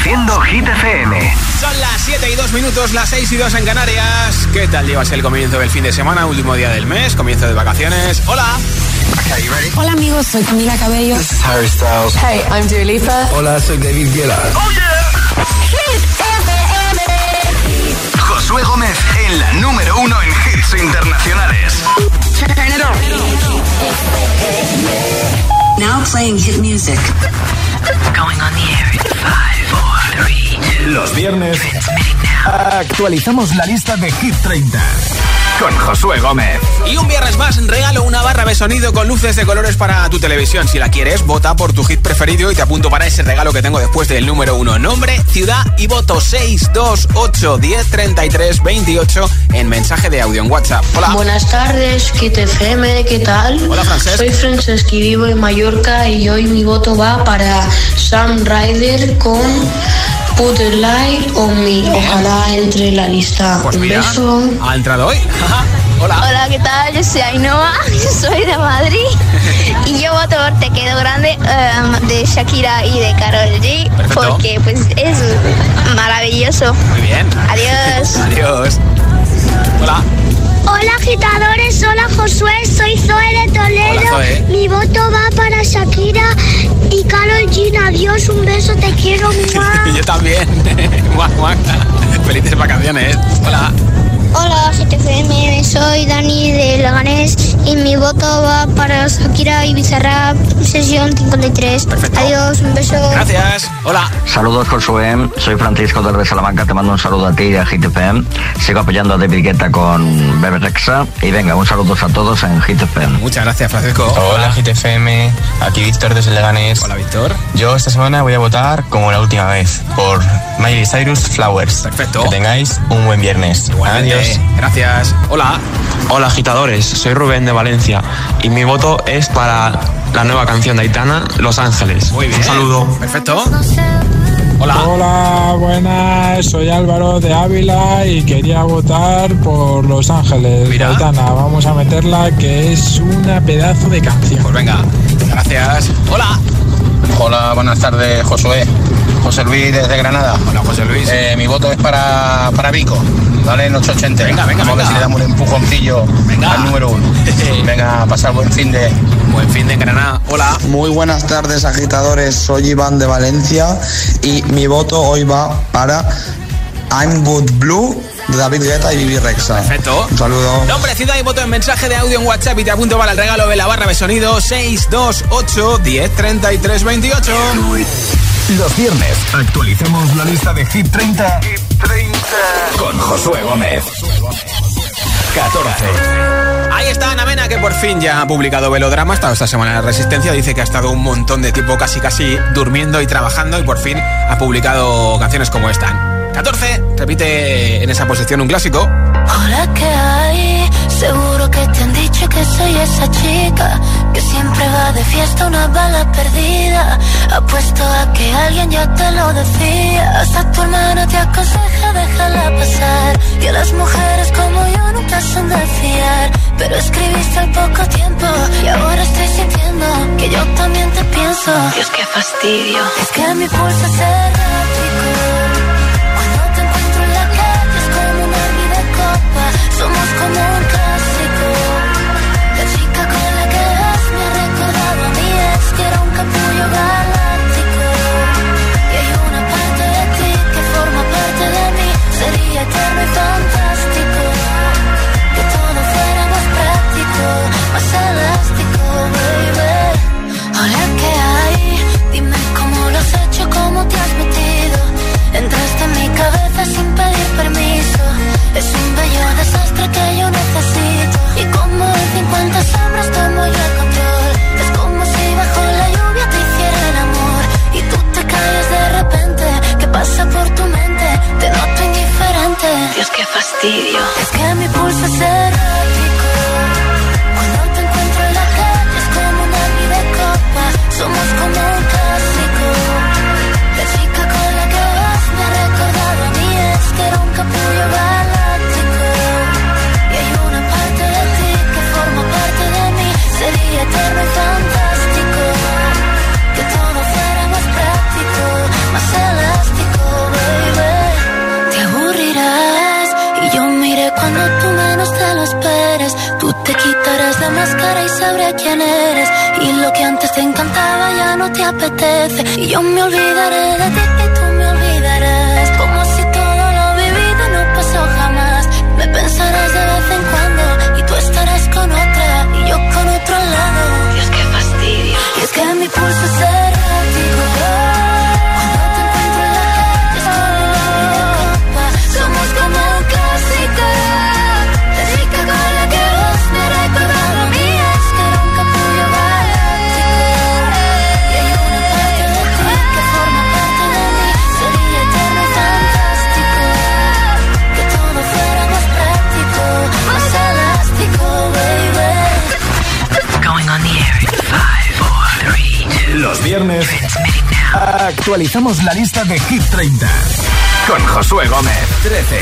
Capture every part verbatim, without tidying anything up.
haciendo Hit F M. Son las siete y dos minutos, las seis y dos en Canarias. ¿Qué tal llevas el comienzo del fin de semana, último día del mes, comienzo de vacaciones? Hola. Okay, you ready? Hola amigos, soy Camila Cabello. This is Harry Styles. Hey, I'm Dua Lipa. Hola, soy David Guetta. Oh yeah. Hit F M. Josué Gómez en la número uno en hits internacionales. Turn it on. Now playing hit music. Going on the air in five, four, three, two. Los viernes actualizamos la lista de Hit treinta con Josué Gómez. Y un viernes más regalo una barra de sonido con luces de colores para tu televisión. Si la quieres, vota por tu hit preferido y te apunto para ese regalo que tengo después del número uno. Nombre, ciudad y voto seis dos ocho uno cero tres tres dos ocho en mensaje de audio en WhatsApp. Hola. Buenas tardes, Hit F M, ¿qué tal? Hola, Francesc. Soy Francesc y vivo en Mallorca y hoy mi voto va para Sam Ryder con Put a Light on Me. Ojalá entre en la lista. Pues un mira, beso. ha entrado hoy. Hola. Hola, ¿qué tal? Yo soy Ainhoa, soy de Madrid y yo voto por Te Quedo Grande um, de Shakira y de Karol G. Perfecto. Porque pues es maravilloso. Muy bien. Adiós. Adiós. Hola. Hola agitadores, hola Josué, soy Zoe de Toledo. Hola, Zoe. Mi voto va para Shakira y Karol G. Adiós, un beso, te quiero, mamá. Yo también. Guau, guau. Felices vacaciones. Hola. Hola Hit F M, soy Dani de Leganés y mi voto va para Shakira y Bizarrap, sesión cincuenta y tres. Perfecto. Adiós, un beso. Gracias. Hola. Saludos, Josué. Soy Francisco de Salamanca. Te mando un saludo a ti y a Hit F M. Sigo apoyando a David Guetta con Bebe Rexha. Y venga, un saludo a todos en Hit F M. Muchas gracias, Francisco. Hola, Hit F M. Aquí Víctor desde Leganés. Hola, Víctor. Yo esta semana voy a votar como la última vez por Miley Cyrus, Flowers. Perfecto. Que tengáis un buen viernes. Igualmente. Adiós. Gracias. Hola. Hola agitadores, soy Rubén de Valencia y mi voto es para la nueva canción de Aitana, Los Ángeles. Muy bien. Un saludo. Perfecto. Hola. Hola, buenas, soy Álvaro de Ávila y quería votar por Los Ángeles. Mira. Aitana, vamos a meterla que es una pedazo de canción. Pues venga. Gracias. Hola. Hola, buenas tardes, Josué. José Luis desde Granada. Hola, José Luis. Eh, mi voto es para, para Vico, ¿vale? En ocho ochenta. Venga, venga, Vamos venga. a ver si le damos un empujoncillo Venga. al número uno. Venga, pasar buen fin de... Buen fin de Granada. Hola. Muy buenas tardes, agitadores. Soy Iván de Valencia y mi voto hoy va para I'm Good Blue de David Guetta y Bibi Rexha. Perfecto. Un saludo. Nombre, ciudad y voto en mensaje de audio en WhatsApp y te apunto para el regalo de la barra de sonido seis dos ocho uno cero tres tres dos ocho. Los viernes actualizamos la lista de Hit treinta, Hit treinta con Josué Gómez. catorce. Ahí está Ana Mena, que por fin ya ha publicado Velodrama. Ha estado esta semana en la Resistencia. Dice que ha estado un montón de tiempo casi casi durmiendo y trabajando y por fin ha publicado canciones como esta. catorce, repite en esa posición un clásico. Hola, ¿qué hay? Seguro que te han dicho que soy esa chica que siempre va de fiesta, una bala perdida. Apuesto a que alguien ya te lo decía. Hasta tu hermana te aconseja déjala pasar. Que las mujeres como yo nunca son de fiar. Pero escribiste al poco tiempo y ahora estoy sintiendo que yo también te pienso. Dios, qué fastidio. Es que mi pulso es errático. Cuando te encuentro en la calle es como una vida copa. Somos como un clásico. La chica con la que vas me ha recordado a mi ex, que era un capullo galáctico. Y hay una parte de ti que forma parte de mí. Sería eterno y fantástico que todo fuera más práctico, más elástico, baby. Hola, ¿qué hay? Dime cómo lo has hecho, cómo te has metido. Entraste en mi cabeza sin pedir permiso. Es un bello desastre que yo necesito. Y como en cincuenta sombras tomo yo el control. Es como si bajo la lluvia te hiciera el amor y tú te calles de repente. ¿Qué pasa por tu mente? Te noto indiferente. Dios, qué fastidio. Es que mi pulso es errático. Cuando te encuentro en la calle es como una vida copa. Somos como un clásico. La chica con la que vas me ha recordado a mi ex, que era un capullo galáctico. Y hay una parte de ti que forma parte de mí. Sería eterno y fantástico que todo fuera más práctico, más elástico, lo que antes te encantaba ya no te apetece. Y yo me olvidaré de ti y tú me olvidarás. Como si todo lo vivido no pasó jamás. Me pensarás de vez en cuando y tú estarás con otra y yo con otro al lado. Dios, qué fastidio. Y es que mi pulso es errático. Cuando te encuentro en la calle es como una vida copa. Somos como un clásico. Dedica con la que vos me has recordado a mí. Es que era un capullo galáctico. Y hay una parte de ti que forma parte de mí. Sería eterno y fantástico que todo fuera más práctico, más elástico, baby. Going on the air in five, four, three, two. Los viernes actualizamos la lista de Hit treinta con Josué Gómez. trece.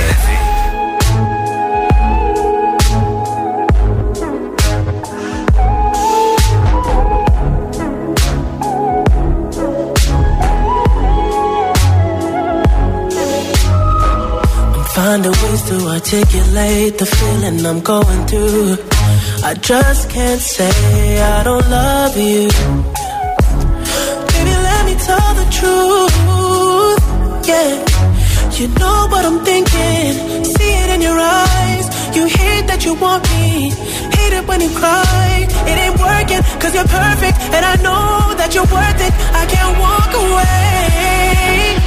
Find a ways to articulate the feeling I'm going through. I just can't say I don't love you. Baby, let me tell the truth. Yeah, you know what I'm thinking. See it in your eyes. You hate that you want me. Hate it when you cry. It ain't working cause you're perfect. And I know that you're worth it. I can't walk away.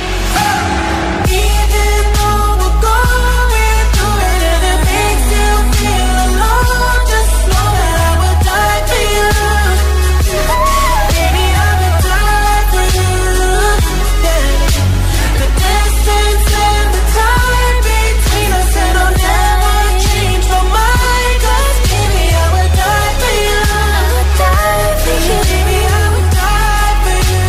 Even though we're going through it and it makes you feel alone, just know that I would die for you. Baby, I would die for you. Yeah. The distance and the time between us, and I'll never change my mind. Cause baby, I would die for you. I would die for you. Baby, I would die for you.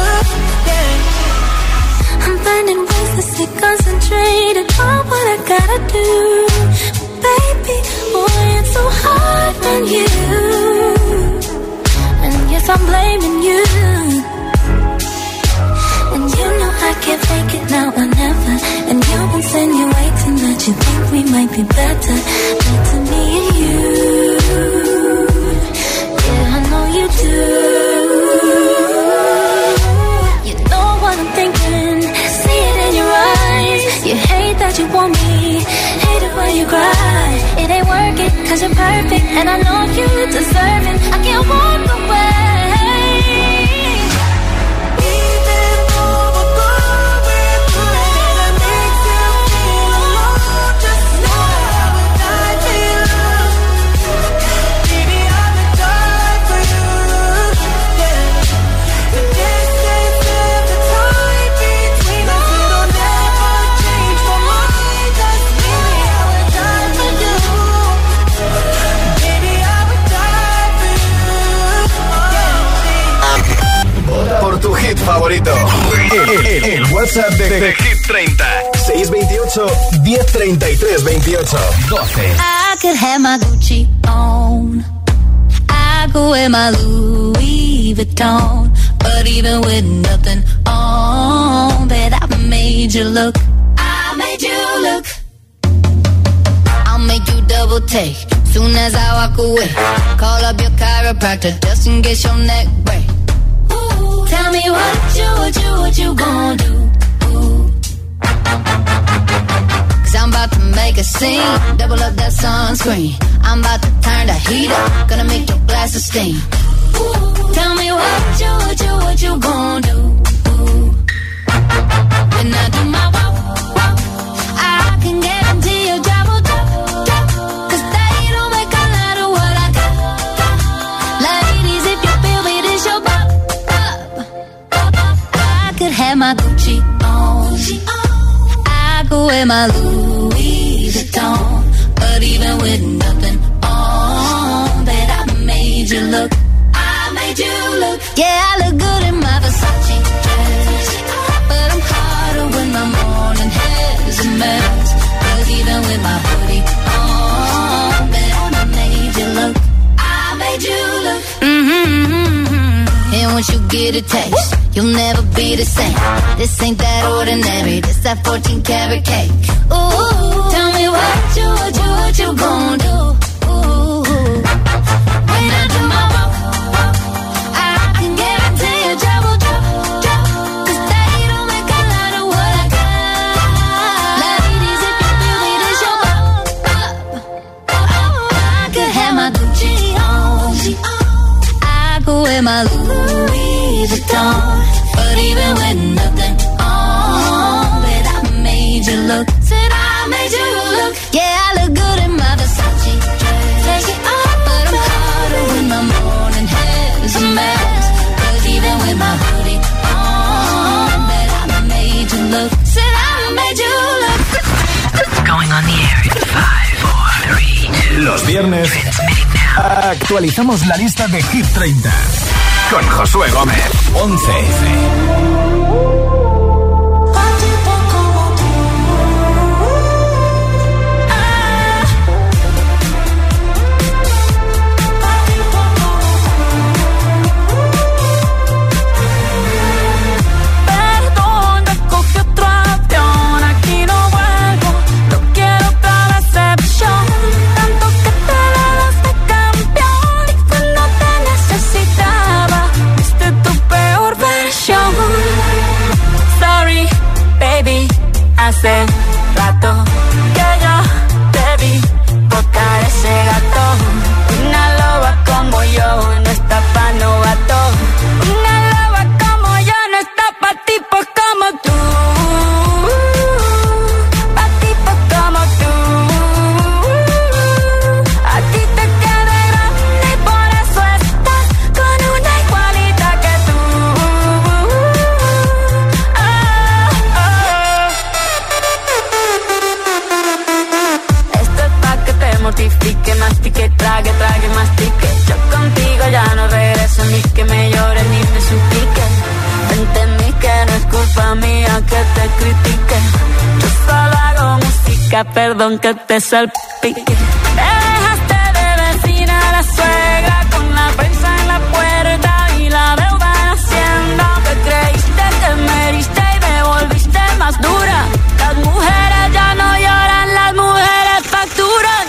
Yeah. I'm finding ways to stay concentrated on what I gotta do. Baby, boy, it's so hard on you. And yes, I'm blaming you. And you know I can't fake it now or never. And you're insinuating that you think we might be better. Better me and you. Yeah, I know you do. You know what I'm thinking. See it in your eyes. You hate that you want me. Hate it when you cry. It ain't working cause you're perfect. And I know you deserve it. I can't walk away. Even though we're going through it and it makes you feel alone, just know that I would die for you. Baby, I would die for you. Yeah. The distance and the time between us, it'll never change my mind. Cause baby, I would die for you. Baby, I would die for you. Vota por tu hit favorito. El, el, el WhatsApp de, de Hit treinta. seis veintiocho, diez treinta y tres veintiocho. doce. I could have my Gucci on. I could wear my Louis Vuitton. But even with nothing on, bet I made you look. I made you look. I'll make you double take soon as I walk away. Call up your chiropractor just in case your neck break. Ooh, tell me what you, what you, what you gonna do? Ooh. Cause I'm about to make a scene. Double up that sunscreen. I'm about to turn the heat up. Gonna make your glasses steam. Ooh, tell me what you, what you, what you gonna do? Ooh. When I do my walk, walk, I can guarantee your job will drop, drop. Cause they don't make a lot of what I got, got. Ladies, if you feel me, this your bop, bop. I could have my Gucci on. I could wear my Louis Vuitton. But even with nothing on, bet I made you look. I made you look. Yeah, I look good in my Versace dress. But I'm hotter when my morning hair's a mess. Cause even with my hoodie on, bet I made you look. I made you look. Mm-hmm. And once you get a taste, you'll never be the same. This ain't that ordinary. This that fourteen karat cake. Ooh, tell me what you, what you, what you gon' do? Ooh, when I do my walk, walk, I on the air in five, four, three, two. Los viernes actualizamos la lista de Hit treinta con Josué Gómez. once. Hace rato que yo te vi tocar ese gato. Una loba como yo no está pa' novato. Una loba como yo no está pa' tipos como tú. Pa' tipos como tú. A ti te queda grande y por eso estás con una igualita que tú. Mortifique, mastique, trague, trague, mastique. Yo contigo ya no regreso, ni que me llores ni me suplique. Entendí que no es culpa mía que te critique. Yo solo hago música, perdón que te salpique. Me dejaste de vecina la suegra con la prensa en la puerta y la deuda en Hacienda. Que creíste que me heriste y me volviste más dura. Las mujeres ya no lloran, las mujeres facturan.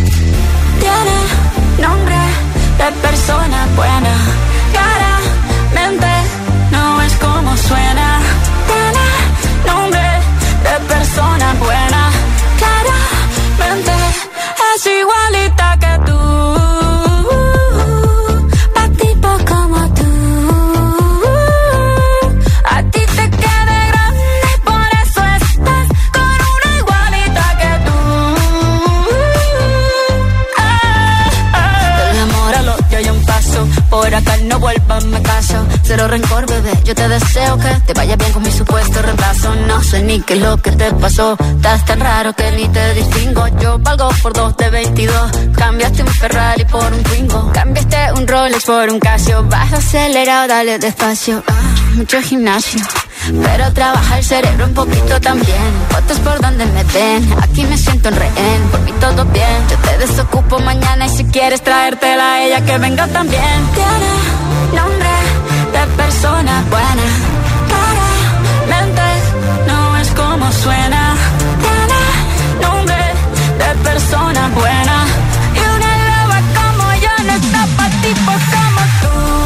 Nombre de persona buena, claramente no es como suena. Tiene nombre de persona buena, claramente es igualita que tú. Pa' tipo como tú. A ti te queda grande y por eso estás con una igualita que tú. Yo hay un paso, por acá no vuelvas, me caso. Cero rencor, bebé, yo te deseo que te vaya bien con mi supuesto reemplazo. No sé ni qué es lo que te pasó, estás tan raro que ni te distingo. Yo valgo por dos de veintidós, cambiaste un Ferrari por un Twingo. Cambiaste un Rolex por un Casio, vas acelerado, dale despacio. Ah, mucho gimnasio, pero trabaja el cerebro un poquito también. Fotos por donde me ven, aquí me siento en rehén. Por mí todo bien, yo te desocupo mañana y si quieres traértela a ella que venga también. Tiene nombre de persona buena, claramente no es como suena. Tiene nombre de persona buena y una loba como yo no está pa' tipos como tú.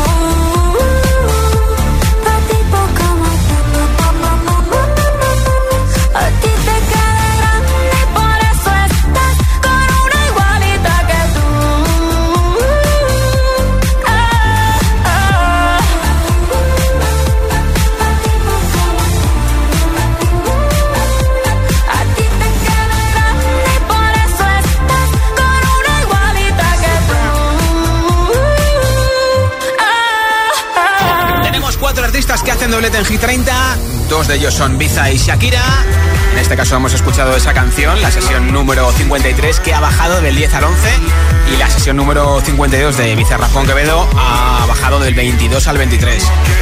Que hacen doblete en Hit treinta, dos de ellos son Bizarrap y Shakira. En este caso hemos escuchado esa canción, la sesión número cincuenta y tres, que ha bajado del diez al once, y la sesión número cincuenta y dos de Bizarrap con Quevedo ha bajado del veintidós al veintitrés.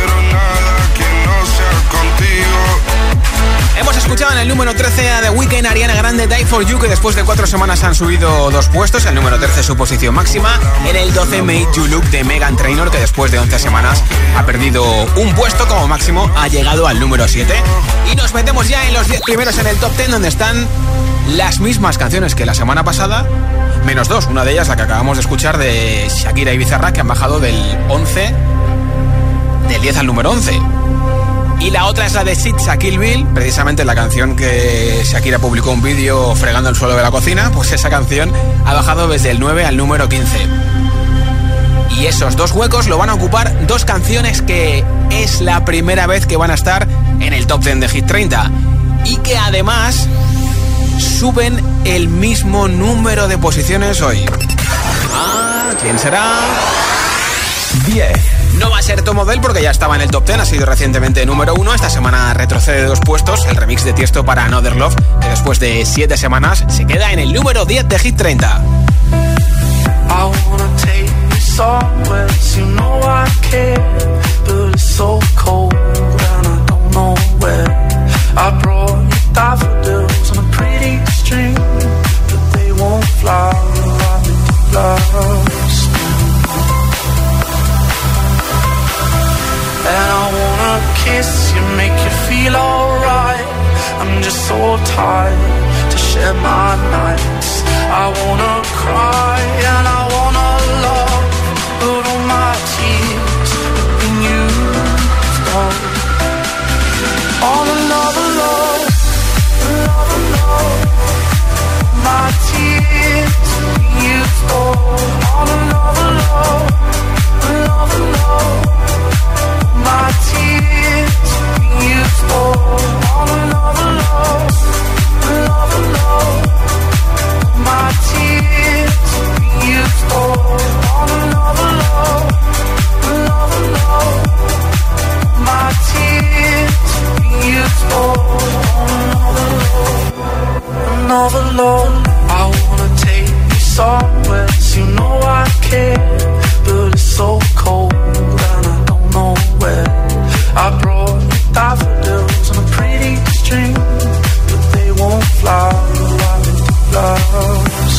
Hemos escuchado en el número trece a The Weeknd, Ariana Grande, Die For You, que después de cuatro semanas han subido dos puestos. El número trece su posición máxima. En el doce, Made You Look de Meghan Trainor, que después de once semanas ha perdido un puesto como máximo, ha llegado al número siete. Y nos metemos ya en los diez primeros en el top diez, donde están las mismas canciones que la semana pasada, menos dos. Una de ellas, la que acabamos de escuchar, de Shakira y Bizarrap, que han bajado del once, del diez al número once. Y la otra es la de Sitza Kill Bill, precisamente la canción que Shakira publicó un vídeo fregando el suelo de la cocina. Pues esa canción ha bajado desde el nueve al número quince. Y esos dos huecos lo van a ocupar dos canciones que es la primera vez que van a estar en el top diez de Hit treinta. Y que además suben el mismo número de posiciones hoy. Ah, ¿quién será? diez. No va a ser Top Model porque ya estaba en el top diez, ha sido recientemente número uno. Esta semana retrocede dos puestos, el remix de Tiesto para Another Love, que después de siete semanas se queda en el número diez de Hit treinta. I wanna take you somewhere, you know I care, but it's so cold and I don't know where. I brought you daffodils on a pretty string, but they won't fly like flowers. And I wanna kiss you, make you feel alright. I'm just so tired to share my nights. I wanna cry and I wanna love, but all my tears have been used up on another love, another love. My tears have been used up on another love, another love. My tears have been used up on another love, another love. My tears be used on another love, another love. My tears be used on another love, another love. I wanna take you somewhere, you know I care, but it's so cold and I don't know where. I brought you daffodils on a pretty string, but they won't fly like flowers.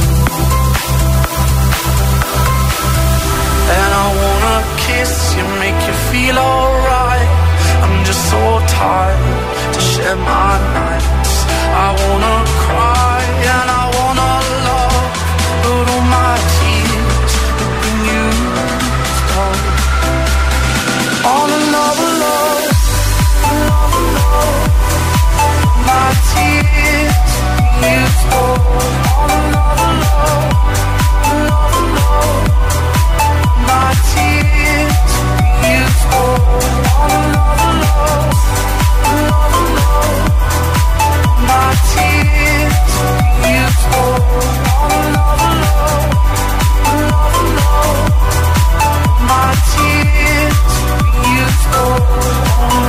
And I wanna kiss you, make you feel alright. I'm just so tired to share my nights. I wanna cry and I wanna love, but all my tears have been used up on another love, another love. My tears used on another love, another love. My tears used on another love, another love. My tears used on another love, another love. My tears used on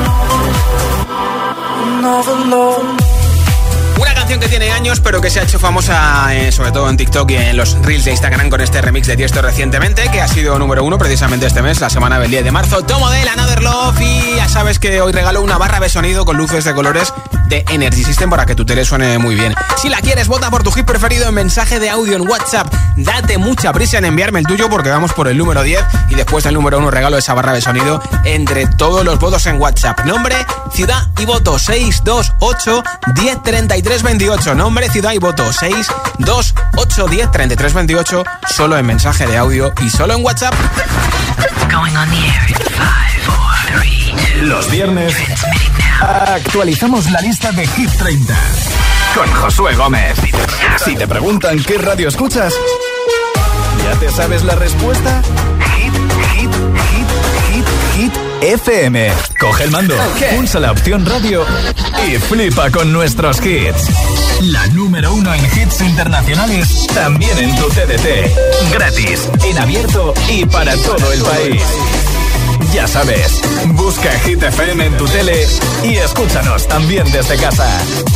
another love. Una canción que tiene años pero que se ha hecho famosa eh, sobre todo en TikTok y en los Reels de Instagram con este remix de Tiesto recientemente, que ha sido número uno precisamente este mes, la semana del diez de marzo. Top Model, Another Love, y ya sabes que hoy regalo una barra de sonido con luces de colores de Energy System para que tu tele suene muy bien. Si la quieres, vota por tu hit preferido en mensaje de audio en WhatsApp. Date mucha prisa en enviarme el tuyo porque vamos por el número diez y después del número uno regalo esa barra de sonido entre todos los votos en WhatsApp. Nombre, ciudad y voto seis dos ocho, diez, treinta y tres, veintiocho. Nombre, ciudad y voto seis dos ocho, diez, treinta y tres, veintiocho. Solo en mensaje de audio y solo en WhatsApp. Going on the air in five, four, three, two, los viernes actualizamos la lista de Hit treinta con Josué Gómez. Si te preguntan qué radio escuchas, ¿ya te sabes la respuesta? Hit, hit, hit, hit, hit F M. Coge el mando, okay. Pulsa la opción radio y flipa con nuestros hits. La número uno en hits internacionales, también en tu T D T. Gratis, en abierto y para todo el país. Ya sabes, busca Hit F M en tu tele y escúchanos también desde casa.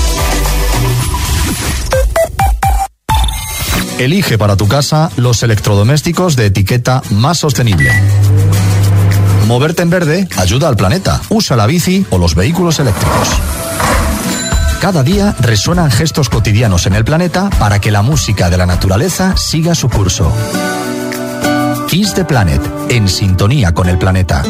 Elige para tu casa los electrodomésticos de etiqueta más sostenible. Moverte en verde ayuda al planeta. Usa la bici o los vehículos eléctricos. Cada día resuenan gestos cotidianos en el planeta para que la música de la naturaleza siga su curso. Kiss the Planet, en sintonía con el planeta.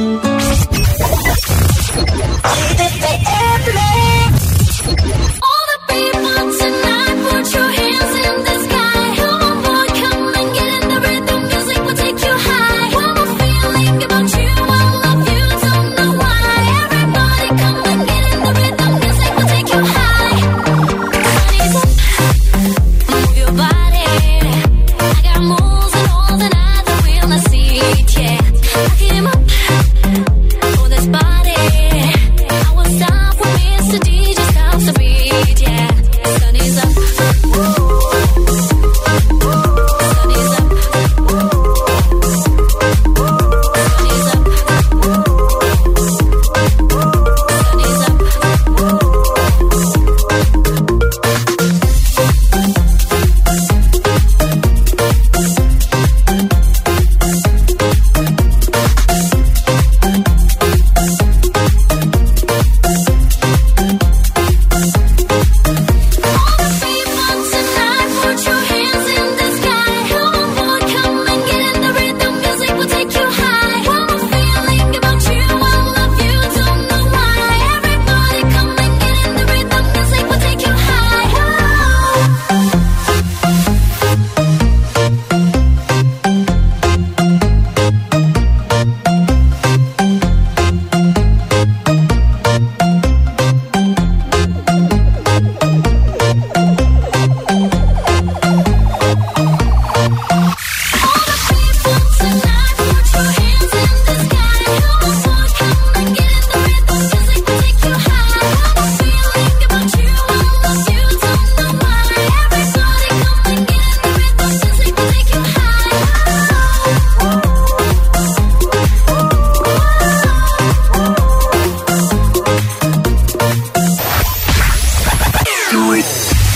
Body, I was down for me.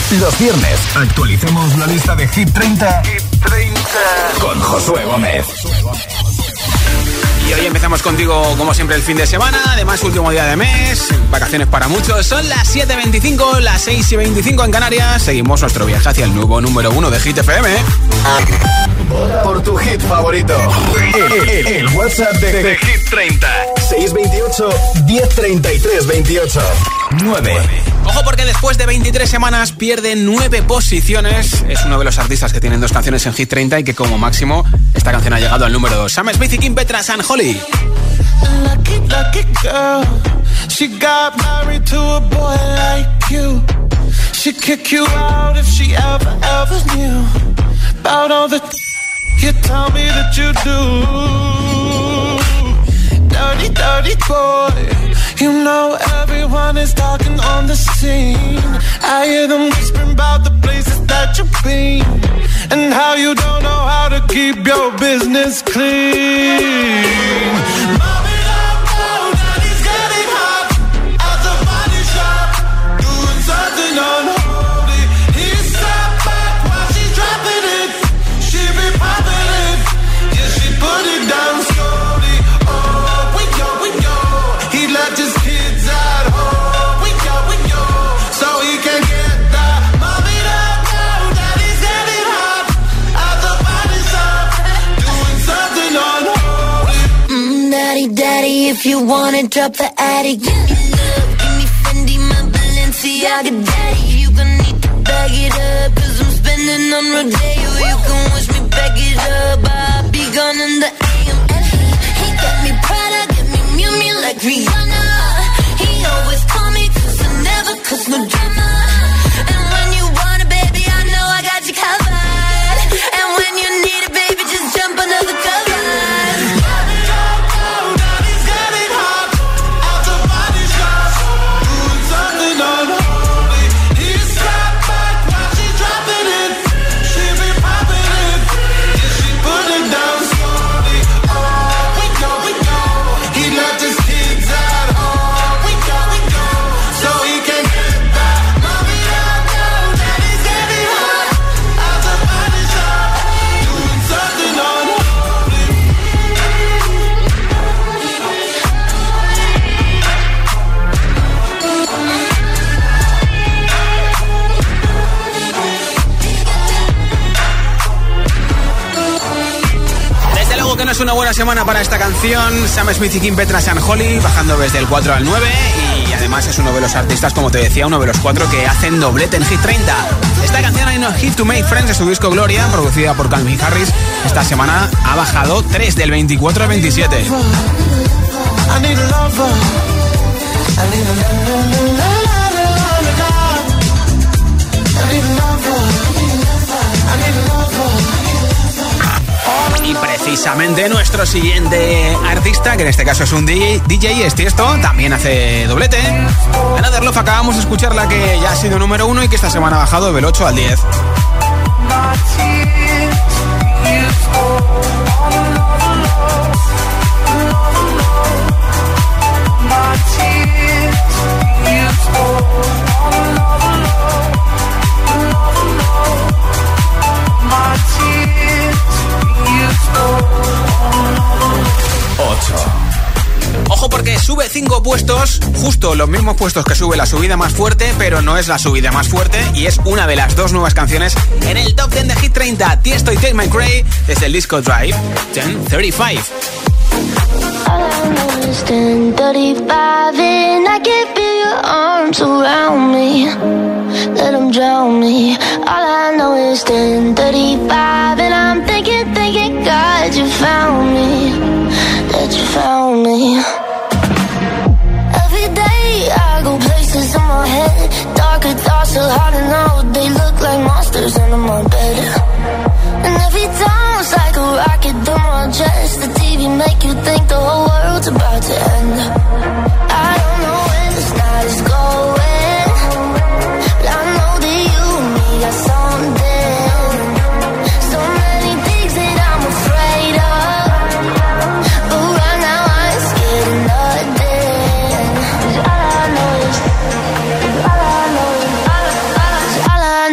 Los viernes actualicemos la lista de Hit treinta, Hit treinta con Josué Gómez. Y hoy empezamos contigo, como siempre, el fin de semana. Además, último día de mes, vacaciones para muchos. Son las siete veinticinco, las seis y veinticinco en Canarias. Seguimos nuestro viaje hacia el nuevo número uno de Hit F M. Por tu hit favorito. El, el, el WhatsApp de, de, de Hit treinta. seis veintiocho, diez treinta y tres veintiocho. nueve. Ojo, porque después de veintitrés semanas pierde nueve posiciones. Es uno de los artistas que tienen dos canciones en Hit treinta y que como máximo esta canción ha llegado al número dos. Sam Smith y Kim Petras and Holly. Lucky, lucky girl. She got married to a boy like you. She'd kick you out if she ever, ever knew about all the you tell me that you do. Dirty, dirty boy. You know everyone is talking on the scene. I hear them whispering about the places that you've been and how you don't know how to keep your business clean. Mommy, don't know that he's getting hot at the body shop, doing something unholy. He's sat back while she's dropping it. She be popping it, yeah, she put it down slowly. Oh, we go, we go. He left his kids at home. We go, we go. So he can get that. Mommy don't know that he's getting hot at the body shop, doing something unholy. Mm, daddy, daddy, if you wanna drop the attic, give me love, give me Fendi, my Balenciaga, daddy. You gon' need to bag it up, cause I'm spending on Rodeo. You can wish me back it up, I'll be gone in the A M. And he, he got me Prada, got me Miu Miu like Rihanna. He always call me cause I never cause no drama. And when you want it, baby, I know I got you covered. And when you need it, baby, just jump under the covers. Mommy don't know that he's getting hot at the body shop, doing something unholy. He's sat back while she's dropping it. She be popping it, yeah, she put it down slowly. Oh, we go, we go. He left his kids at home. We go, we go. So he can get that. Mommy don't know that he's getting hot at the body shop, doing something unholy. Desde luego que no es una buena semana para esta canción. Sam Smith y Kim Petras and Holly bajando desde el cuatro al nueve. Y además es uno de los artistas, como te decía, uno de los cuatro que hacen doblete en Hit treinta. Esta canción, I Know Hit to Make Friends, de su disco Gloria, producida por Calvin Harris, esta semana ha bajado tres, del veinticuatro al veintisiete. I need a lover. I need a lover. I need a lover. I need a lover. Y precisamente nuestro siguiente artista, que en este caso es un D J, es Tiesto, también hace doblete. Another Love, acabamos de escuchar la que ya ha sido número uno y que esta semana ha bajado del ocho al diez. Ojo, porque sube cinco puestos, justo los mismos puestos que sube la subida más fuerte, pero no es la subida más fuerte y es una de las dos nuevas canciones en el top diez de Hit treinta. Tiesto y Tate McRae desde el disco Drive diez treinta y cinco. ten thirty-five and I can feel your arms around me. Let them drown me. All I know is ten thirty-five and I'm thinking, thinking, God, you found me. That you found me. Every day I go places in my head. Darker thoughts so hard to know. They look like monsters under my bed. And every time it's like a rocket through my chest. The T V make you think the whole world's about to end. I don't know when this night is going, but I know that you and me got something. So many things that I'm afraid of, but right now I ain't scared of nothing. 'Cause all I know is, all I know is, all I, all I, all I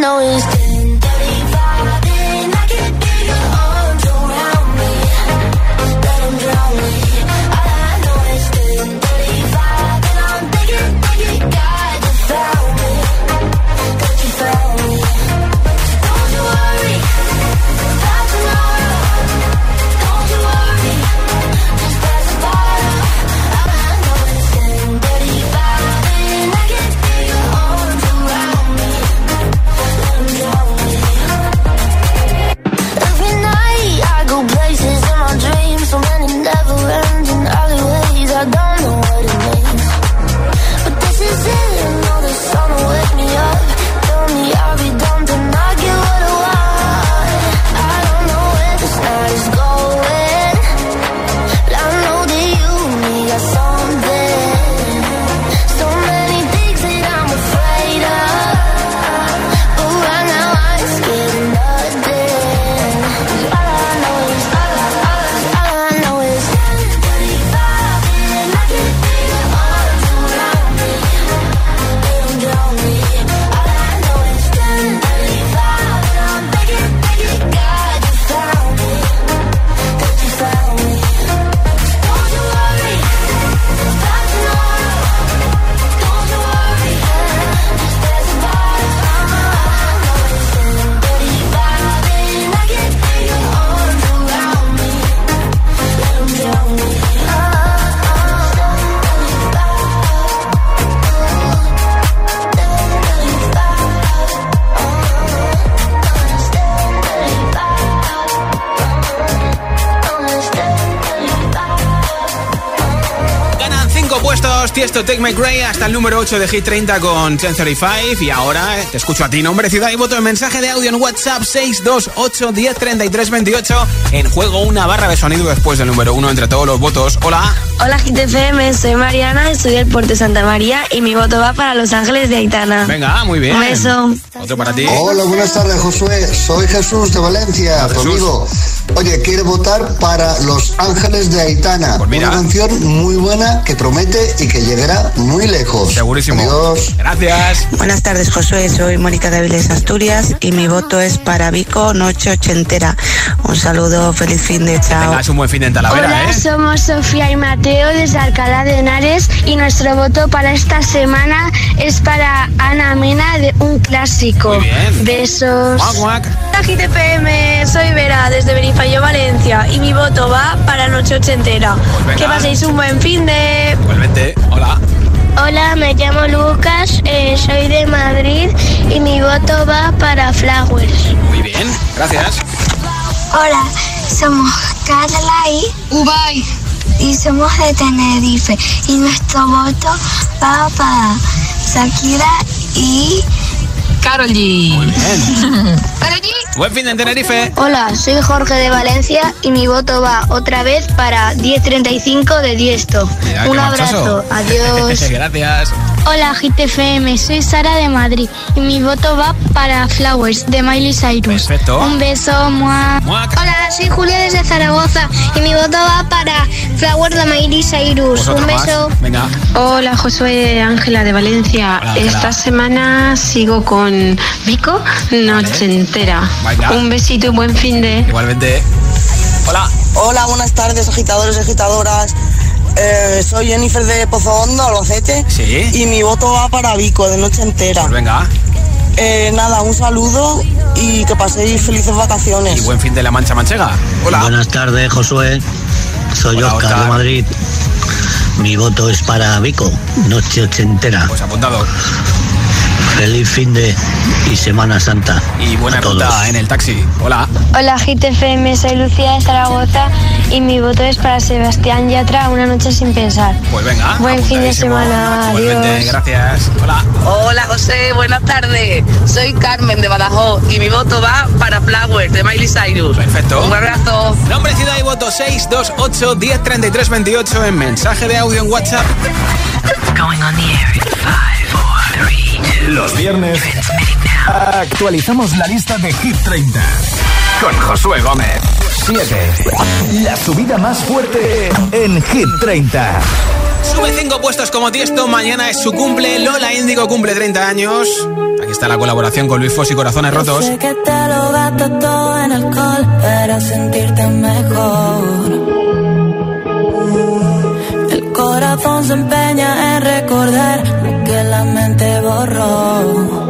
Subimos Tiesto, Take Me Grey hasta el número ocho de Hit treinta con diez treinta y cinco. Y ahora te escucho a ti, nombre, ciudad y voto en mensaje de audio en WhatsApp seis dos ocho, diez, treinta y tres, veintiocho. En juego una barra de sonido después del número uno entre todos los votos. Hola. Hola Hit F M, soy Mariana, soy del Puerto de Santa María y mi voto va para Los Ángeles de Aitana. Venga, muy bien. Un beso. Otro para ti. Hola, buenas tardes, Josué. Soy Jesús de Valencia, tu amigo. Oye, quiero votar para Los Ángeles de Aitana. Pues mira. Una canción muy buena que promete y que llegará muy lejos. Segurísimo. Adiós. Gracias. Buenas tardes, Josué. Soy Mónica de Avilés, Asturias y mi voto es para Vico, Noche Ochentera. Un saludo, feliz fin de chao. Tengas un buen fin de en Talavera. Hola, ¿eh? somos Sofía y Mateo desde Alcalá de Henares y nuestro voto para esta semana es para Ana Mena de Un Clásico. Muy bien. Besos. Guac, guac. Hola Hit F M, soy Vera desde Benifallo, Valencia y mi voto va para Noche Ochentera. Pues que paséis un buen fin de... Igualmente. Hola. Hola, me llamo Lucas, eh, soy de Madrid y mi voto va para Flowers. Muy bien. Gracias. Hola, somos Carla y Ubay y somos de Tenerife y nuestro voto va para Shakira y Karol G. Muy bien. Karol G. Buen fin de en Tenerife. Hola, soy Jorge de Valencia y mi voto va otra vez para diez treinta y cinco de Tiesto. Mira, Un qué abrazo, marchoso. adiós. Gracias. Hola Hit F M, soy Sara de Madrid y mi voto va para Flowers de Miley Cyrus. Perfecto. Un beso, mua. Muac. Hola, soy Julia desde Zaragoza y mi voto va para Flowers de Miley Cyrus. Pues otro Un más. beso. Venga. Hola, Josué, Ángela de Valencia. Hola, Ángela. Esta semana sigo con Vico, Noche Entera. Venga. Un besito y buen fin de... Igualmente. Hola. Hola, buenas tardes, agitadores y agitadoras. Eh, soy Jennifer de Pozo Hondo, Albacete. Sí. Y mi voto va para Vico, de Noche Entera. Pues venga. Eh, nada, un saludo y que paséis felices vacaciones. Y buen fin de la Mancha Manchega. Hola. Buenas tardes, Josué. Soy Hola, Oscar, Oscar de Madrid. Mi voto es para Vico, Noche Ochentera. Pues apuntado. Feliz fin de y Semana Santa. Y buena a todos. ruta en el taxi. Hola. Hola Hit F M, soy Lucía de Zaragoza y mi voto es para Sebastián Yatra, Una noche sin pensar. Pues venga. Buen fin de apuntadísimo. semana, Igualmente, adiós. gracias. Hola. Hola José, buenas tardes. Soy Carmen de Badajoz y mi voto va para Flowers de Miley Cyrus. Perfecto. Un abrazo. Nombre, ciudad y voto seis dos ocho, diez, treinta y tres, veintiocho en mensaje de audio en WhatsApp. Going on the air in five, four, three, two. Los viernes Transmitting now. actualizamos la lista de Hit treinta con Josué Gómez. siete. La subida más fuerte en Hit treinta. Sube cinco puestos como Tiesto. Mañana es su cumple. Lola Índigo cumple treinta años. Aquí está la colaboración con Luis Fonsi y Corazones Rotos. Sé que te lo gastas todo en alcohol para sentirte mejor. El corazón se empeña en recordar lo que la mente borró.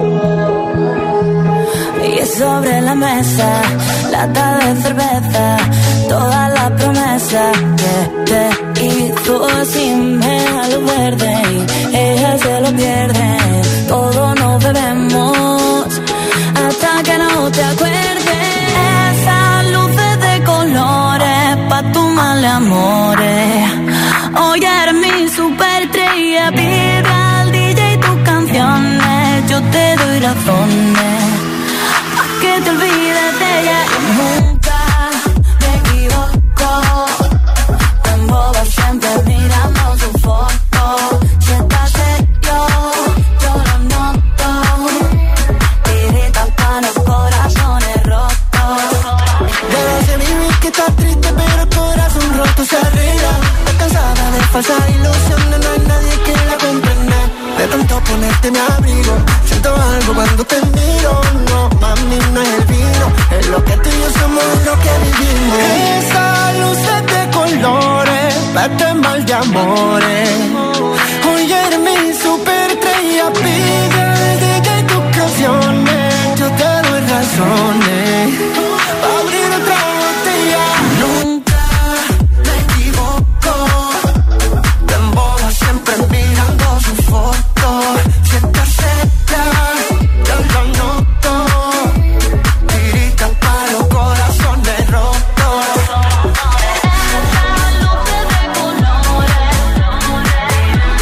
Y es sobre la mesa, lata de cerveza, toda la promesa que te hizo así me lo verde. Ella se lo pierde, todo nos bebemos hasta que no te acuerdes. Esas luces de colores pa' tu mal amores. Hoy eres mi superestrella, pide al D J tus canciones, yo te doy razones a que te olvides de ella. Nunca me equivoco, te embobas siempre mirando su foto. Si estás serio, yo lo noto, tiritas para los corazones rotos. Debes de vivir que estás triste pero el corazón roto se arregla. Cansada de falsas ilusiones, no hay nadie que la comprenda. De tanto ponerte mi abrigo, siento algo cuando te miro. No, mami, no es el vino, es lo que tú y yo somos, lo que vivimos. Esas luces de colores, vete mal de amores. Hoy eres mi superestrella, pide al D J tus canciones, yo te doy razones pa' abrir otra botella. Nunca me equivoco, te embobas siempre mirando su foto. Si estás cerca, yo lo noto, tiritas para los corazones rotos.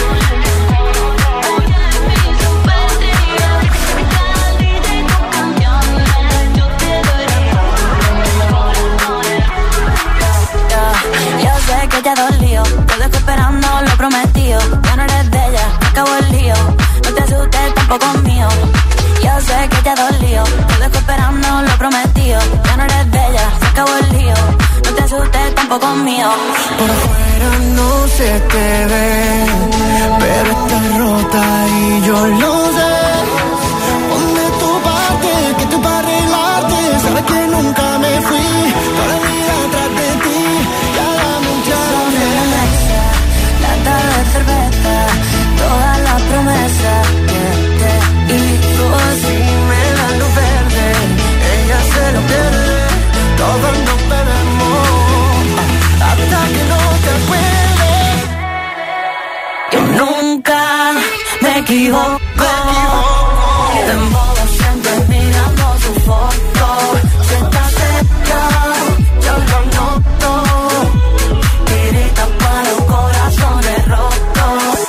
tiempo conmigo. Por fuera no se te ve, pero estás rota y yo lo sé. Ponme tu parte, que tú para arreglarte. Sabes que nunca me fui, toda la vida atrás de ti. Ya dame un chance. Lata de cerveza, toda la promesa que te hizo así me da luz verde. Ella se lo pierde, todos nos bebemos hasta que no te acuerdes. Yo nunca me equivoco, te modo siempre mirando su foto. Si estás cerca, yo lo noto. Tirita para los corazones rotos.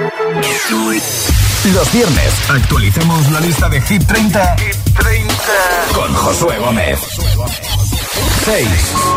Los viernes actualicemos la lista de Hit treinta, Hit treinta. Con Josué Gómez. seis.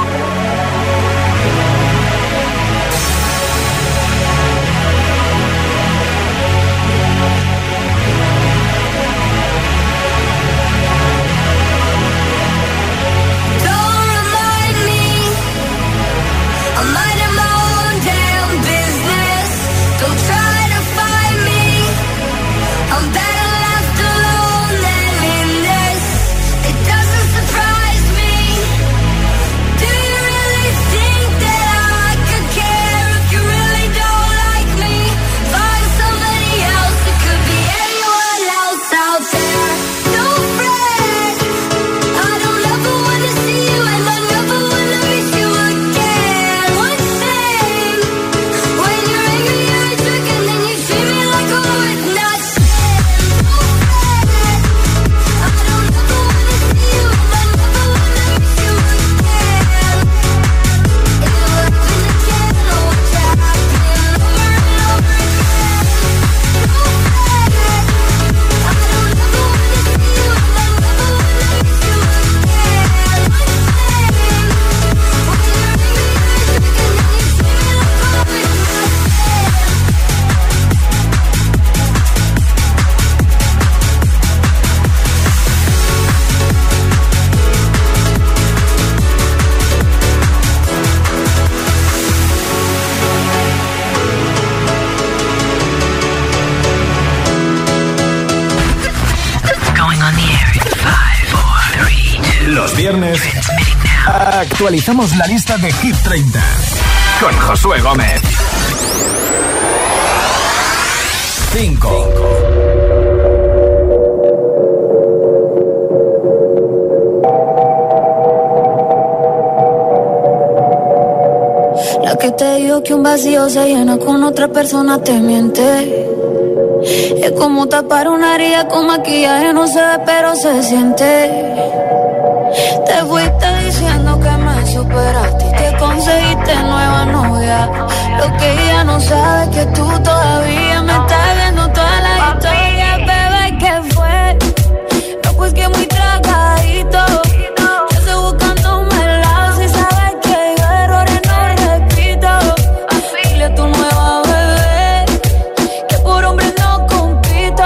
Viernes actualizamos la lista de Hit treinta con Josué Gómez. cinco. La que te dijo que un vacío se llena con otra persona te miente. Es como tapar una herida con maquillaje, no se ve pero se siente. Te fuiste diciendo que me superaste y te conseguiste nueva novia. Lo que ella no sabe es que tú todavía me estás viendo toda la historia. Bebé, ¿qué fue? No, pues que muy tragadito. Yo estoy buscándome el lado. Si sabes que yo errores no repito. Dile a tu nueva bebé que por hombre no compito.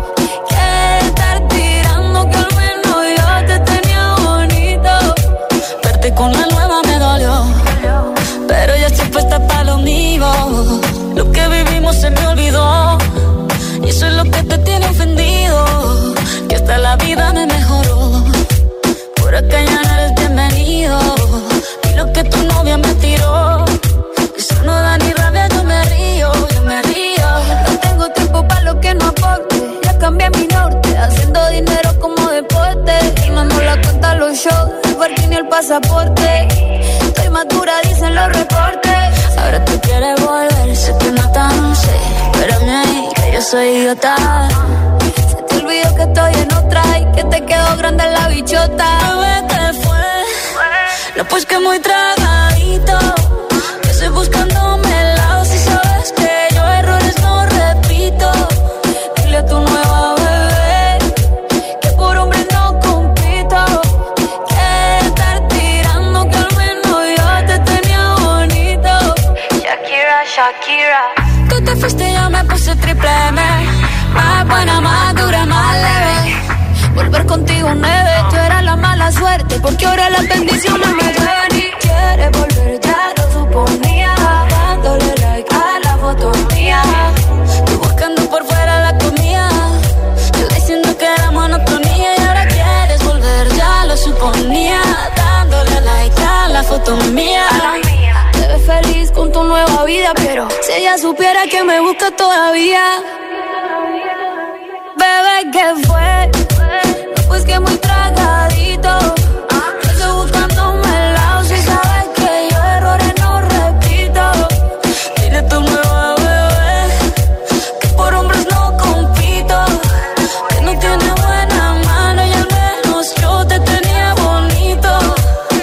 Que estar tirando que al menos yo te tenía bonito. Verte con la nueva me dolió, pero ya estoy puesta para lo mío. Lo que vivimos se me olvidó y eso es lo que te tiene ofendido. Que hasta la vida me mejoró. Por acá ya no eres bienvenido. Y lo que tu novia me tiró, eso no da ni rabia, yo me río, yo me río. No tengo tiempo para lo que no aporte. Ya cambié mi norte, haciendo dinero como deporte. Y no nos la cuentan los shows, el parking y el pasaporte. Estoy madura, dicen los reportes. Ahora tú quieres volver, sé que no tan sé. Espérame ahí, que yo soy idiota. Se te olvidó que estoy en otra y que te quedó grande la bichota. Bebé, ¿qué fue? No, pues que muy tragadito. Que estoy buscándome el lado. Si sabes que yo errores no repito. Dile a tu nueva bebé que por hombre no compito. Que estar tirando que al menos yo te tenía bonito. Shakira, Shakira. Tú te fuiste y yo me puse triple M. Más buena, más dura, más leve. Volver contigo nueve. Tú eras la mala suerte porque ahora las bendiciones me ven y quieres volver ya. vida, pero si ella supiera que me busca todavía. Bebé, ¿qué fue? Pues que muy tragadito. Estoy buscándome el lado. Si sabes que yo errores no repito. Dile tu nueva bebé que por hombres no compito. Que no tiene buena mano y al menos yo te tenía bonito.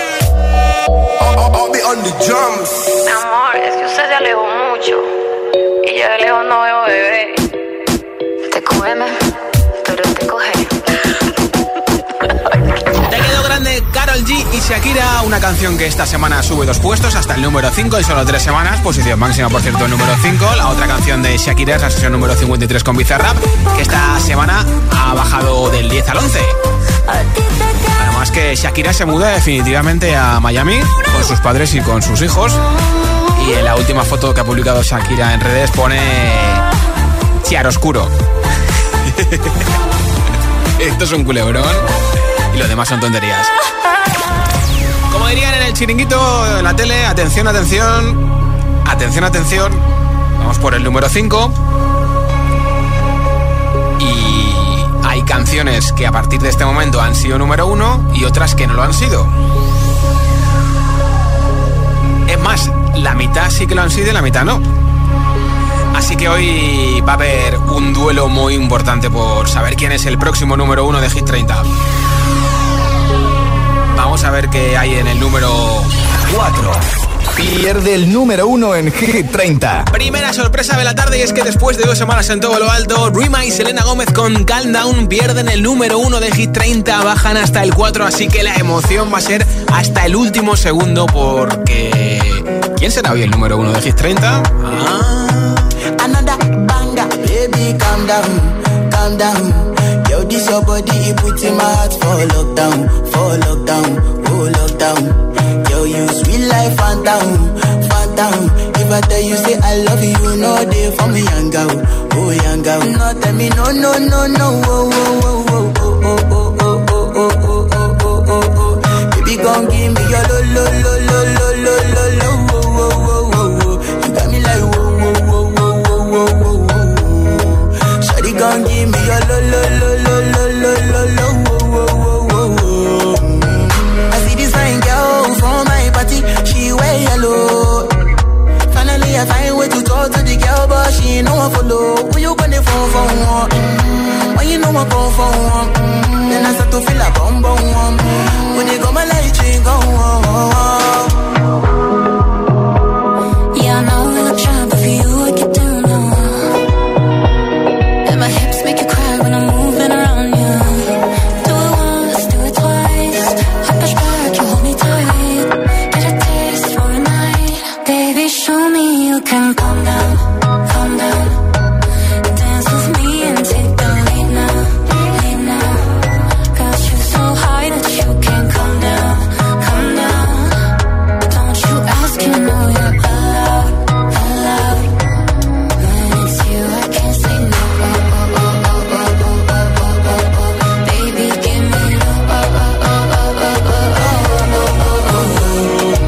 I'll be on the drums. Mi amor, es que usted se alejó mucho y yo de lejos no veo bebé. Te come, pero te coge. Te quedó grande Karol G y Shakira, una canción que esta semana sube dos puestos hasta el número cinco en solo tres semanas, posición máxima por cierto el número cinco. La otra canción de Shakira es la sesión número cincuenta y tres con Bizarrap, que esta semana ha bajado del diez al once. Además que Shakira se muda definitivamente a Miami con sus padres y con sus hijos. Y en la última foto que ha publicado Shakira en redes pone chiaroscuro. Esto es un culebrón y lo demás son tonterías. Como dirían en el chiringuito, en la tele, atención, atención, atención, atención. Vamos por el número cinco. Y hay canciones que a partir de este momento han sido número uno y otras que no lo han sido. Es más, la mitad sí que lo han sido y la mitad no. Así que hoy va a haber un duelo muy importante por saber quién es el próximo número uno de Hit treinta. Vamos a ver qué hay en el número cuatro. Pierde el número uno en Hit treinta. Primera sorpresa de la tarde, y es que después de dos semanas en todo lo alto, Rima y Selena Gómez con Calm Down pierden el número uno de Hit treinta, bajan hasta el cuatro, así que la emoción va a ser hasta el último segundo, porque ¿quién será hoy el número uno de Hit treinta? Ah... Another banger, baby, calm down, calm down. Yo, this your body, you put in my heart for lockdown, for lockdown, oh lockdown. Yo, you sweet life, phantom, phantom. If I tell you say I love you, you know they for me, young girl, oh young girl. No, tell me no, no, no, no, oh, oh, oh, oh, oh, oh, oh, oh, oh, oh, oh, oh, oh, oh. Baby, gon' give me your lo, lo, lo, lo, lo, lo, lo, lo, oh, oh, oh, oh, oh. You got me like whoa. Shawty gon' give me your lo lo lo lo lo lo lo lo wo wo wo. I see this fine girl from my party, she wear yellow. Finally I find way to talk to the girl, but she ain't no one follow. Who you gonna phone for? Mm-hmm. When you know I come for one, mm-hmm. Then I start to feel a bum bum. Mm-hmm. When you go my light ring go on. Yeah, I know we look shy, but for you I get down low. And my hips make you cry when I'm moving around you. Do it once, do it twice. I push back, you hold me tight. Get a taste for a night. Baby, show me you can calm down, calm down. Dance with me and take the lead now, lead now. Got you so high that you can't come down, come down. Don't you ask, you know you're allowed, allowed. When it's you, I can't say no. Oh, oh, oh, oh, oh, oh, oh, oh, oh. Baby, give me low. Oh, oh, oh, oh, oh, oh, oh,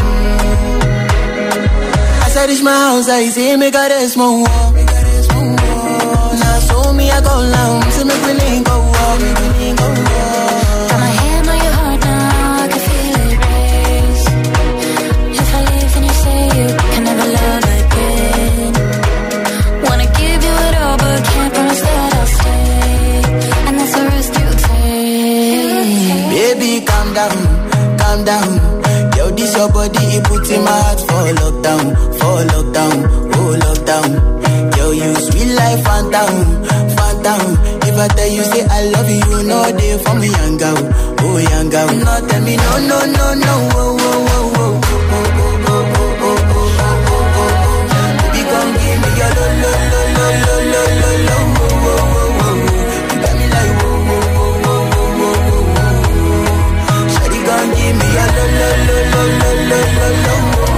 oh. As I reach my house, I see me got a small wall. Now show me I go loud, so make me link go walk, make me link go walk. Got my hand on your heart now, I can feel it race. If I leave, then you say you can never love again. Wanna give you it all, but can't promise that I'll stay. And that's the risk you take. Baby, calm down, calm down. Yo, this your body, it puts in my heart for lockdown, for lockdown, oh lockdown. Yo, you sweet life, phantom, phantom. If I tell you say I love you, you know they for me, young girl, oh young girl. No, tell me no, no, no, no, oh, oh, oh, oh, oh, oh, oh, oh, oh, oh, oh, oh. Baby, come give me your lo, lo, lo, lo, lo, lo, lo, lo, oh, oh, oh, oh. You got me like whoa, whoa, whoa, whoa, whoa, whoa, whoa. Shawty gon' give me your lo, lo, lo, lo, lo, lo, lo, lo, oh, oh, oh, oh.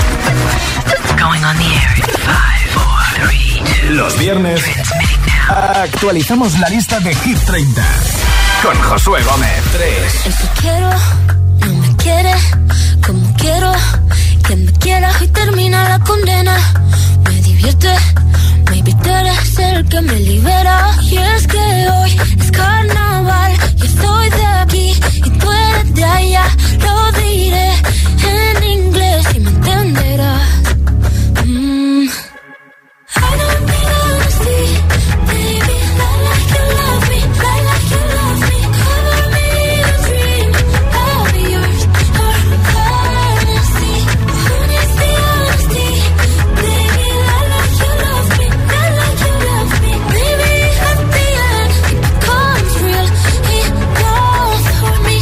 Los viernes Actualizamos la lista de Hit treinta con Josué Gómez. tres. El que quiero no me quiere como quiero que me quiera y termina la condena. Me divierte, maybe tú eres el que me libera. Y es que hoy es carnaval, yo estoy de aquí y tú eres de allá. Lo diré en inglés y me entenderás. Mm. I don't need honesty, baby, lie like you love me, lie like you love me. Cover me in a dream, I'll be yours for honesty. Who needs the honesty, baby, lie like you love me, lie like you love me. Maybe at the end it becomes real enough for me.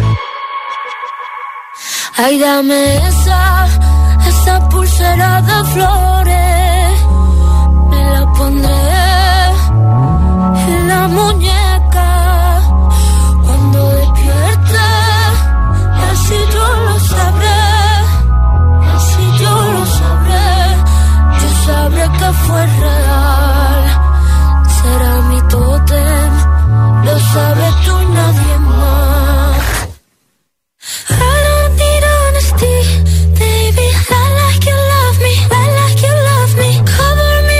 Ay, dame esa, esa pulsera de flores. Pondré en la muñeca cuando despierte, así yo lo sabré, así yo lo sabré, yo sabré que fue real, será mi tótem, lo sabes tú y nadie más. I don't need honesty, baby, lie like you love me, lie like you love me, cover me.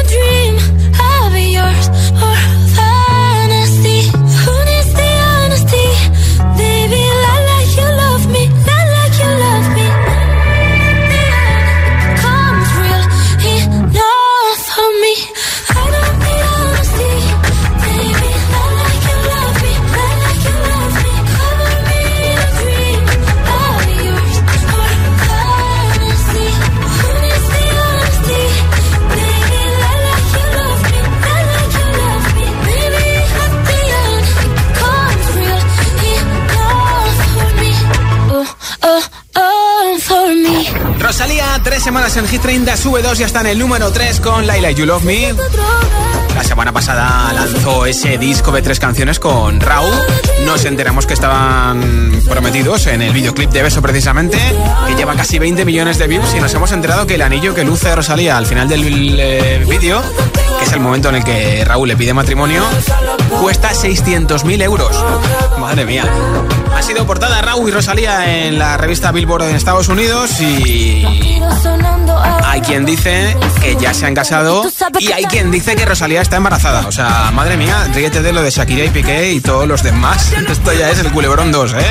Rosalía, tres semanas en Hit treinta, sube dos y está en el número tres con Lie Like You Love Me. La semana pasada lanzó ese disco de tres canciones con Raúl. Nos enteramos que estaban prometidos en el videoclip de Beso precisamente, que lleva casi veinte millones de views, y nos hemos enterado que el anillo que luce Rosalía al final del eh, vídeo, que es el momento en el que Raúl le pide matrimonio, cuesta seiscientos mil euros. Madre mía. Ha sido portada Raúl y Rosalía en la revista Billboard en Estados Unidos, y hay quien dice que ya se han casado y hay quien dice que Rosalía está embarazada. O sea, madre mía, ríete de lo de Shakira y Piqué y todos los demás. Esto ya es el culebrón dos, ¿eh?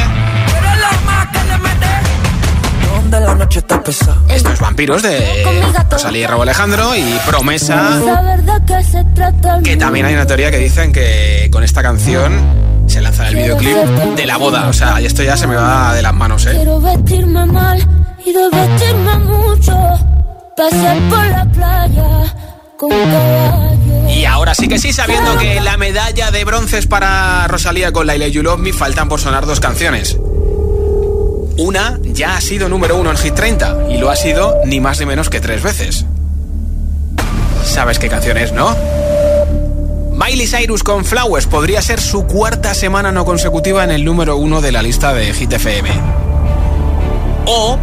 Esto es Vampiros de Rosalía y Raúl Alejandro, y Promesa, que también hay una teoría que dicen que con esta canción se lanza el videoclip de la boda. O sea, esto ya se me va de las manos, ¿eh? Quiero vestirme mal y de vestirme mucho, pasar por la playa con caballo. Y ahora sí que sí, sabiendo que la medalla de bronce es para Rosalía con Lie Like You Love Me, faltan por sonar dos canciones. Una ya ha sido número uno en Hit treinta y lo ha sido ni más ni menos que tres veces. ¿Sabes qué canción es, no? Miley Cyrus con Flowers podría ser su cuarta semana no consecutiva en el número uno de la lista de Hit F M. O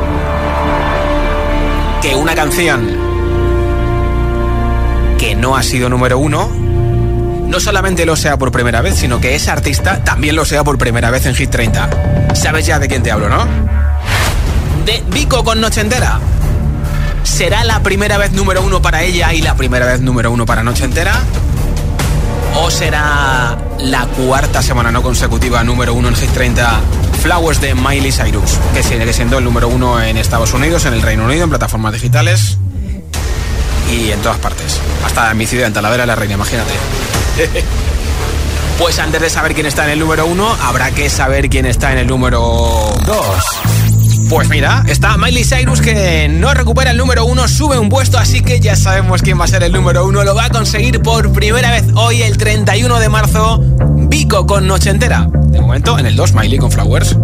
que una canción que no ha sido número uno no solamente lo sea por primera vez, sino que esa artista también lo sea por primera vez en Hit treinta. ¿Sabes ya de quién te hablo, no? De Vico con Noche Entera. ¿Será la primera vez número uno para ella y la primera vez número uno para Noche Entera? ¿O será la cuarta semana no consecutiva número uno en Hit treinta, Flowers de Miley Cyrus, que sigue siendo el número uno en Estados Unidos, en el Reino Unido, en plataformas digitales y en todas partes? Hasta en mi ciudad, en Talavera de la Reina, imagínate. Pues antes de saber quién está en el número uno, habrá que saber quién está en el número dos. Pues mira, está Miley Cyrus, que no recupera el número uno, sube un puesto, así que ya sabemos quién va a ser el número uno. Lo va a conseguir por primera vez hoy, el treinta y uno de marzo, Vico con Noche Entera. De momento, en el dos, Miley con Flowers.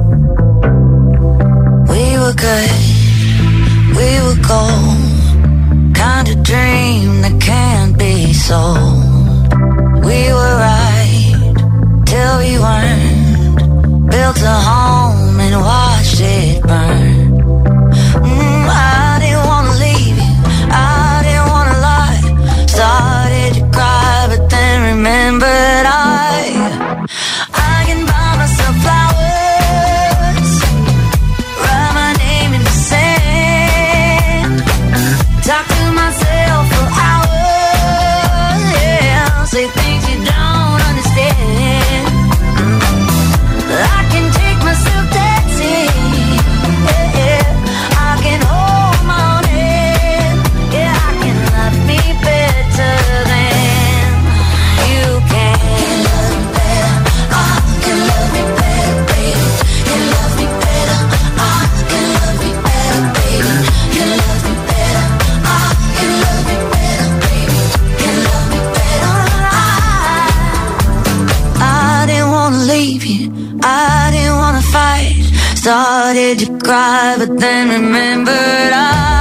We were good, we were gold, kind of dream that can't be sold. We were right, till we weren't, built a home and watched it burn. Mm, I didn't wanna leave you, I didn't wanna lie, started to cry but then Started to cry, but then remembered I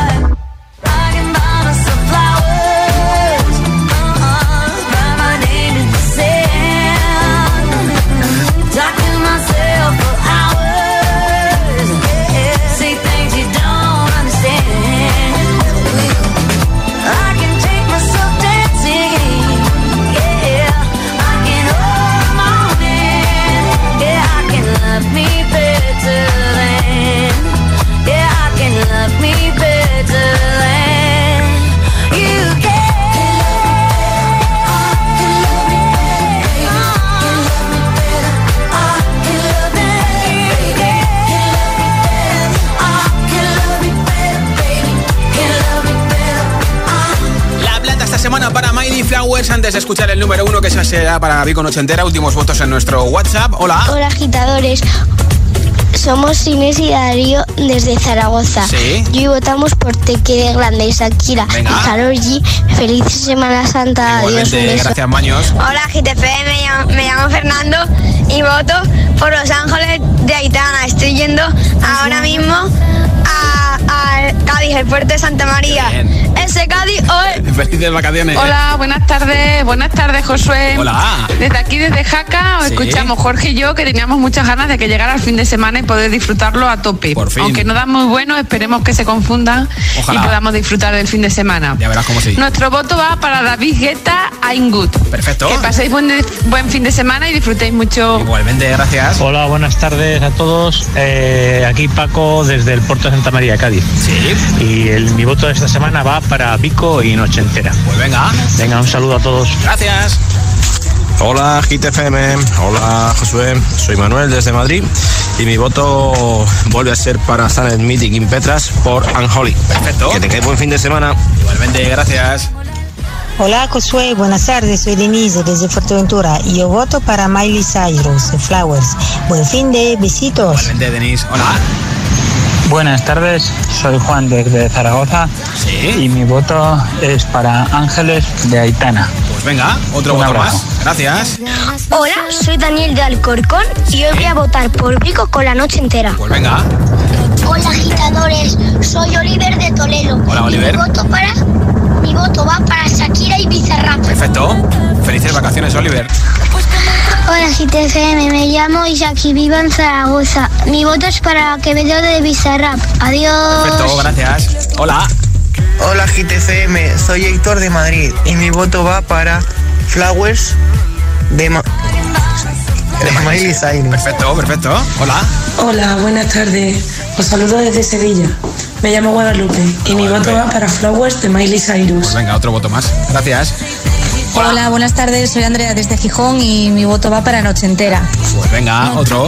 para Miley Flowers. Antes de escuchar el número uno, que esa será para Vico Noche Entera. Últimos votos en nuestro WhatsApp. Hola. Hola, agitadores. Somos Inés y Darío desde Zaragoza. Sí. Y hoy votamos por Te Quede Grande y Shakira. Venga. Y Karol G. Feliz Semana Santa. Igualmente, adiós, un beso. gracias, Maños. Hola, G T F, me llamo, me llamo Fernando y voto por Los Ángeles de Aitana. Estoy yendo ahora mismo a, a Cádiz, el puerto de Santa María. Bien. Ese Cádiz hoy. Felices vacaciones. Hola, buenas tardes. Buenas tardes, Josué. Hola. Desde aquí, desde Jaca, os Sí. escuchamos Jorge y yo, que teníamos muchas ganas de que llegara el fin de semana y poder disfrutarlo a tope. Por fin. Aunque no da muy bueno, esperemos que se confundan Ojalá. y podamos disfrutar del fin de semana. Ya verás cómo sí. Nuestro voto va para David Guetta, I'm Good. Perfecto. Que paséis buen, buen fin de semana y disfrutéis mucho. Igualmente, gracias. Hola, buenas tardes a todos. Eh, aquí Paco desde el puerto de Santa María, Cádiz. Sí. Y el, mi voto de esta semana va para Vico y Noche Entera. Pues venga. Venga, un saludo a todos. Gracias. Hola, G T F M. Hola, Josué. Soy Manuel desde Madrid y mi voto vuelve a ser para Stand Meeting in Petras por Unholy. Perfecto. Que tengáis buen fin de semana. Igualmente, gracias. Hola, Josué. Buenas tardes. Soy Denise desde Fuerteventura y yo voto para Miley Cyrus, Flowers. Buen fin de besitos. Igualmente, Denise. Hola. Buenas tardes, soy Juan desde Zaragoza. Sí. Y mi voto es para Ángeles de Aitana. Pues venga, otro Un voto abrazo. más. Gracias. Hola, soy Daniel de Alcorcón y hoy voy a votar por Vico con La Noche Entera. Pues venga. Hola, agitadores. Soy Oliver de Toledo. Hola, Oliver. Y mi voto para mi voto va para Shakira y Bizarrap. Perfecto. Felices vacaciones, Oliver. Hola, G T F M, me llamo Isaac y vivo en Zaragoza. Mi voto es para Quevedo de Bizarrap. Adiós. Perfecto, gracias. Hola. Hola, G T F M, soy Héctor de Madrid y mi voto va para Flowers de, Ma de Miley Cyrus. Perfecto, perfecto. Hola. Hola, buenas tardes. Os saludo desde Sevilla. Me llamo Guadalupe y mi voto va para Flowers de Miley Cyrus. Pues venga, otro voto más. Gracias. Hola. Hola, buenas tardes. Soy Andrea desde Gijón y mi voto va para Noche Entera. Pues venga, otro.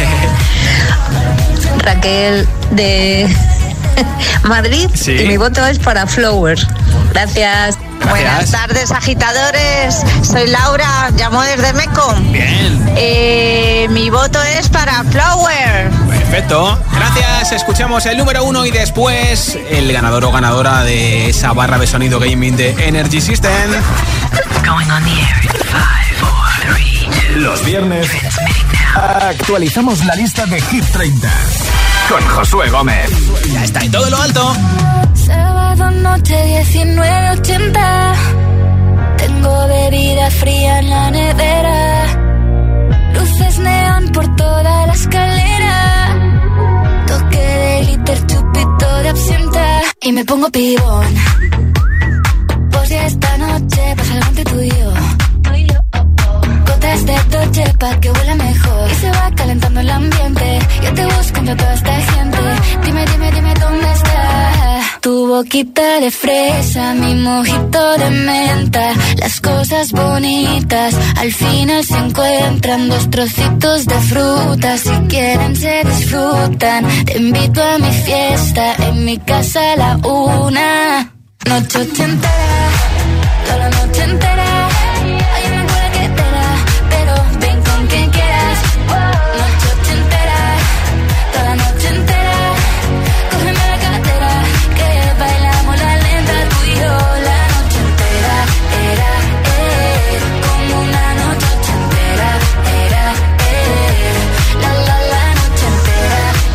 Raquel de Madrid. Sí. Y mi voto es para Flowers. Gracias. Buenas tardes, agitadores. Soy Laura, llamo desde Mekong. Bien. Eh, mi voto es para Flower. Perfecto. Gracias. Escuchamos el número uno y después el ganador o ganadora de esa barra de sonido gaming de Energy System. Going on the air in five, four, three, two. Los viernes actualizamos la lista de Hit treinta con Josué Gómez. Ya está en todo lo alto. Sábado noche diecinueve ochenta. Tengo bebida fría en la nevera. Luces neón por toda la escalera. Toque de glitter, chupito de absenta. Y me pongo pibón. Pues ya esta noche pasa algo entre tú y yo. Gotas de Dolce pa' que huela mejor. Y se va calentando el ambiente. Yo te busco entre toda esta gente. Dime, dime, dime dónde está. Tu boquita de fresa, mi mojito de menta. Las cosas bonitas al final se encuentran. Dos trocitos de fruta, si quieren se disfrutan. Te invito a mi fiesta, en mi casa a la una. Noche ochentera, toda la noche entera. Hay una cuequetera, pero ven con quien quieras. Noche ochentera, toda la noche entera. Cógeme la cartera, que bailamos la lenta tú y yo. La noche entera, era, eh, como una noche ochentera. Era, eh, la, la, la noche entera,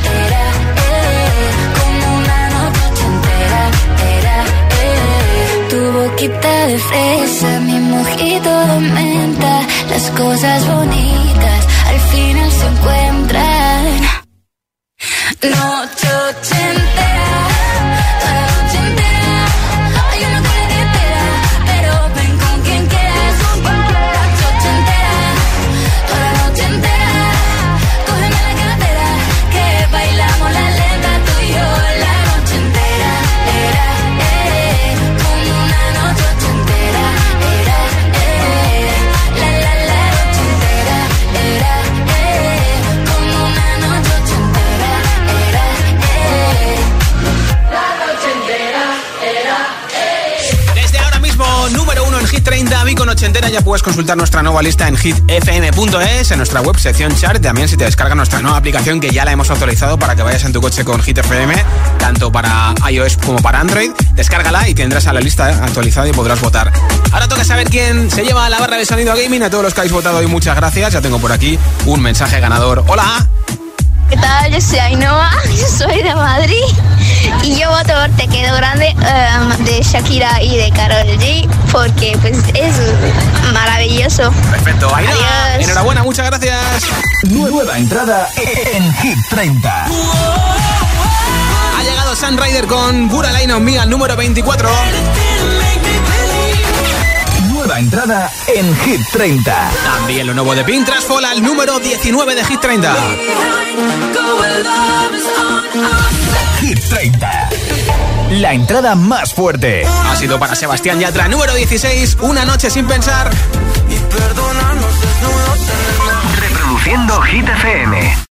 noche ochentera, toda la noche entera. Hay una cola que espera, pero ven con quien quieras. Noche ochentera, toda la noche entera. Cógeme la cartera, que bailamos la lenta tú y yo. La noche entera era, eh, como una noche ochentera. Era, eh, la la la noche entera. Era, eh, como una noche ochentera. Era, eh, la noche entera. Era, eh. Desde ahora mismo, número uno en Hit treinta, Vico Nochentera. Ya puedes consultar nuestra nueva lista en hit f m punto es, en nuestra web, sección chart. También si te descargas nuestra nueva aplicación, que ya la hemos actualizado para que vayas en tu coche con Hit F M, tanto para iOS como para Android. Descárgala y tendrás a la lista actualizada y podrás votar. Ahora toca saber quién se lleva la barra de sonido gaming. A todos los que habéis votado hoy, muchas gracias. Ya tengo por aquí un mensaje ganador. Hola. ¿Qué tal? Yo soy Ainhoa, yo soy de Madrid y yo voto por Te Quedo Grande um, de Shakira y de Karol G porque pues es maravilloso. Perfecto, Ainhoa. Adiós. Enhorabuena, muchas gracias. Nueva entrada en Hit treinta. Ha llegado Sun Rider con Pura Line on Me al número veinticuatro. Nueva entrada en Hit treinta. También lo nuevo de Pink Trashfall al número diecinueve de Hit treinta. Hit treinta. La entrada más fuerte. Ha sido para Sebastián Yatra, número dieciséis, Una noche sin pensar. Reproduciendo Hit F M.